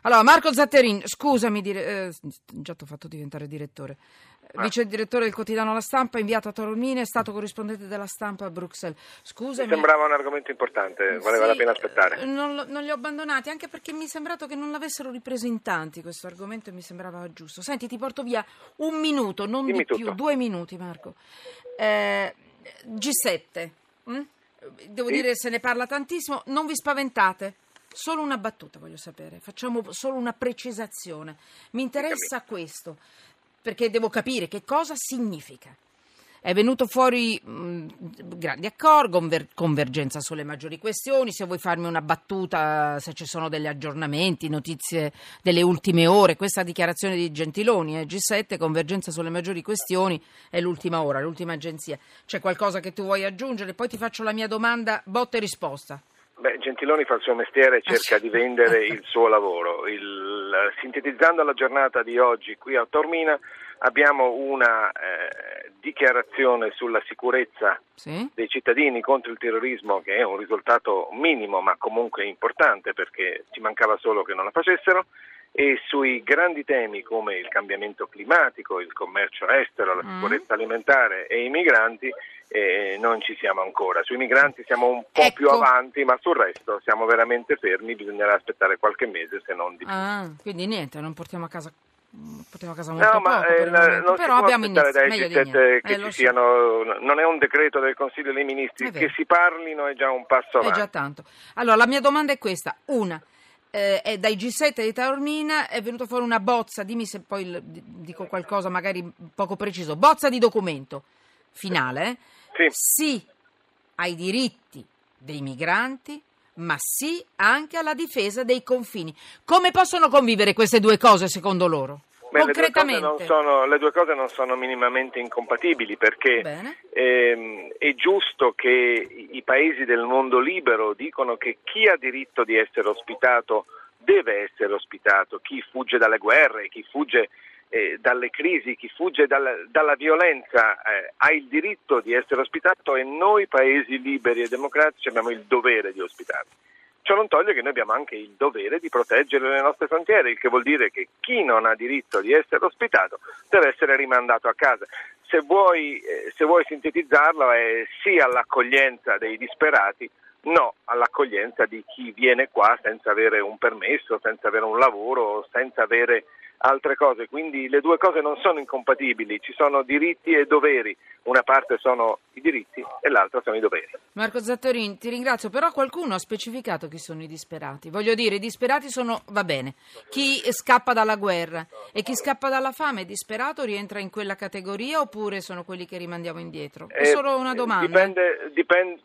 Allora, Marco Zatterin, scusami, già ti ho fatto diventare direttore. Vice direttore del quotidiano La Stampa, inviato a Taormina, è stato corrispondente della Stampa a Bruxelles. Scusami. Mi sembrava un argomento importante, valeva la pena aspettare. Non li ho abbandonati, anche perché mi è sembrato che non l'avessero ripreso in tanti questo argomento e mi sembrava giusto. Senti, ti porto via un minuto, non Dimmi di più, tutto. 2 minuti, Marco. G7, devo dire, se ne parla tantissimo, non vi spaventate. Solo una battuta voglio sapere, facciamo solo una precisazione. Mi interessa questo, perché devo capire che cosa significa. È venuto fuori grandi accordi, convergenza sulle maggiori questioni. Se vuoi farmi una battuta, se ci sono degli aggiornamenti, notizie delle ultime ore, questa dichiarazione di Gentiloni, G7, convergenza sulle maggiori questioni, è l'ultima ora, l'ultima agenzia. C'è qualcosa che tu vuoi aggiungere? Poi ti faccio la mia domanda, botta e risposta. Gentiloni fa il suo mestiere e cerca di vendere il suo lavoro. Sintetizzando la giornata di oggi qui a Taormina, abbiamo una dichiarazione sulla sicurezza dei cittadini contro il terrorismo, che è un risultato minimo ma comunque importante, perché ci mancava solo che non la facessero, e sui grandi temi come il cambiamento climatico, il commercio estero, la sicurezza alimentare e i migranti non ci siamo ancora. Sui migranti siamo un po' più avanti, ma sul resto siamo veramente fermi, bisognerà aspettare qualche mese, se non di più. Quindi niente, non portiamo a casa molto non poco, però abbiamo iniziato dai G7 che ci siano, so. Non è un decreto del Consiglio dei Ministri, che si parlino è già un passo avanti. È già tanto. Allora, la mia domanda è questa, è dai G7 di Taormina è venuta fuori una bozza, dimmi se poi dico qualcosa magari poco preciso, bozza di documento finale, sì ai diritti dei migranti, ma sì anche alla difesa dei confini. Come possono convivere queste due cose secondo loro? Concretamente. Le due cose non sono minimamente incompatibili, perché è giusto che i paesi del mondo libero dicono che chi ha diritto di essere ospitato deve essere ospitato, chi fugge dalle guerre, chi fugge dalle crisi, chi fugge dalla violenza ha il diritto di essere ospitato, e noi paesi liberi e democratici abbiamo il dovere di ospitarli. Ciò non toglie che noi abbiamo anche il dovere di proteggere le nostre frontiere, il che vuol dire che chi non ha diritto di essere ospitato deve essere rimandato a casa. Se vuoi sintetizzarlo, è sì all'accoglienza dei disperati, no all'accoglienza di chi viene qua senza avere un permesso, senza avere un lavoro, senza avere altre cose. Quindi le due cose non sono incompatibili, ci sono diritti e doveri, una parte sono i diritti e l'altra sono i doveri. Marco Zatterin, ti ringrazio, però qualcuno ha specificato chi sono i disperati. Voglio dire, i disperati sono, va bene, chi scappa dalla guerra e chi scappa dalla fame è disperato, rientra in quella categoria, oppure sono quelli che rimandiamo indietro? È solo una domanda. Dipende.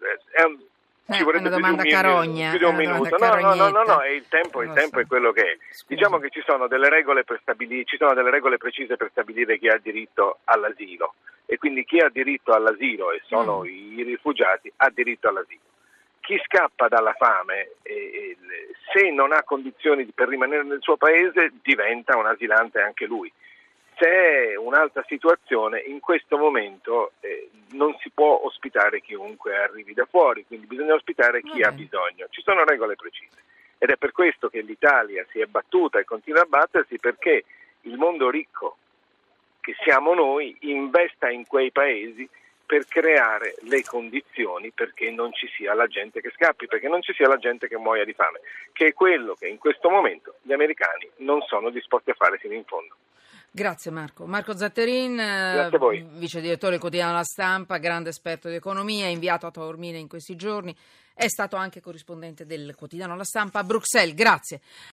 Ci vorrebbe una domanda carogna. Più di un minuto. No, il tempo è quello che è. Scusa. Diciamo che ci sono delle regole precise per stabilire chi ha diritto all'asilo, e quindi chi ha diritto all'asilo, e sono i rifugiati, ha diritto all'asilo. Chi scappa dalla fame, se non ha condizioni per rimanere nel suo paese, diventa un asilante anche lui. Se è un'altra situazione, in questo momento non si può ospitare chiunque arrivi da fuori, quindi bisogna ospitare chi ha bisogno. Ci sono regole precise, ed è per questo che l'Italia si è battuta e continua a battersi perché il mondo ricco, che siamo noi, investa in quei paesi per creare le condizioni perché non ci sia la gente che scappi, perché non ci sia la gente che muoia di fame, che è quello che in questo momento gli americani non sono disposti a fare fino in fondo. Grazie Marco. Marco Zatterin, Grazie a voi. Vice direttore del quotidiano La Stampa, grande esperto di economia, inviato a Taormina in questi giorni, è stato anche corrispondente del quotidiano La Stampa a Bruxelles. Grazie.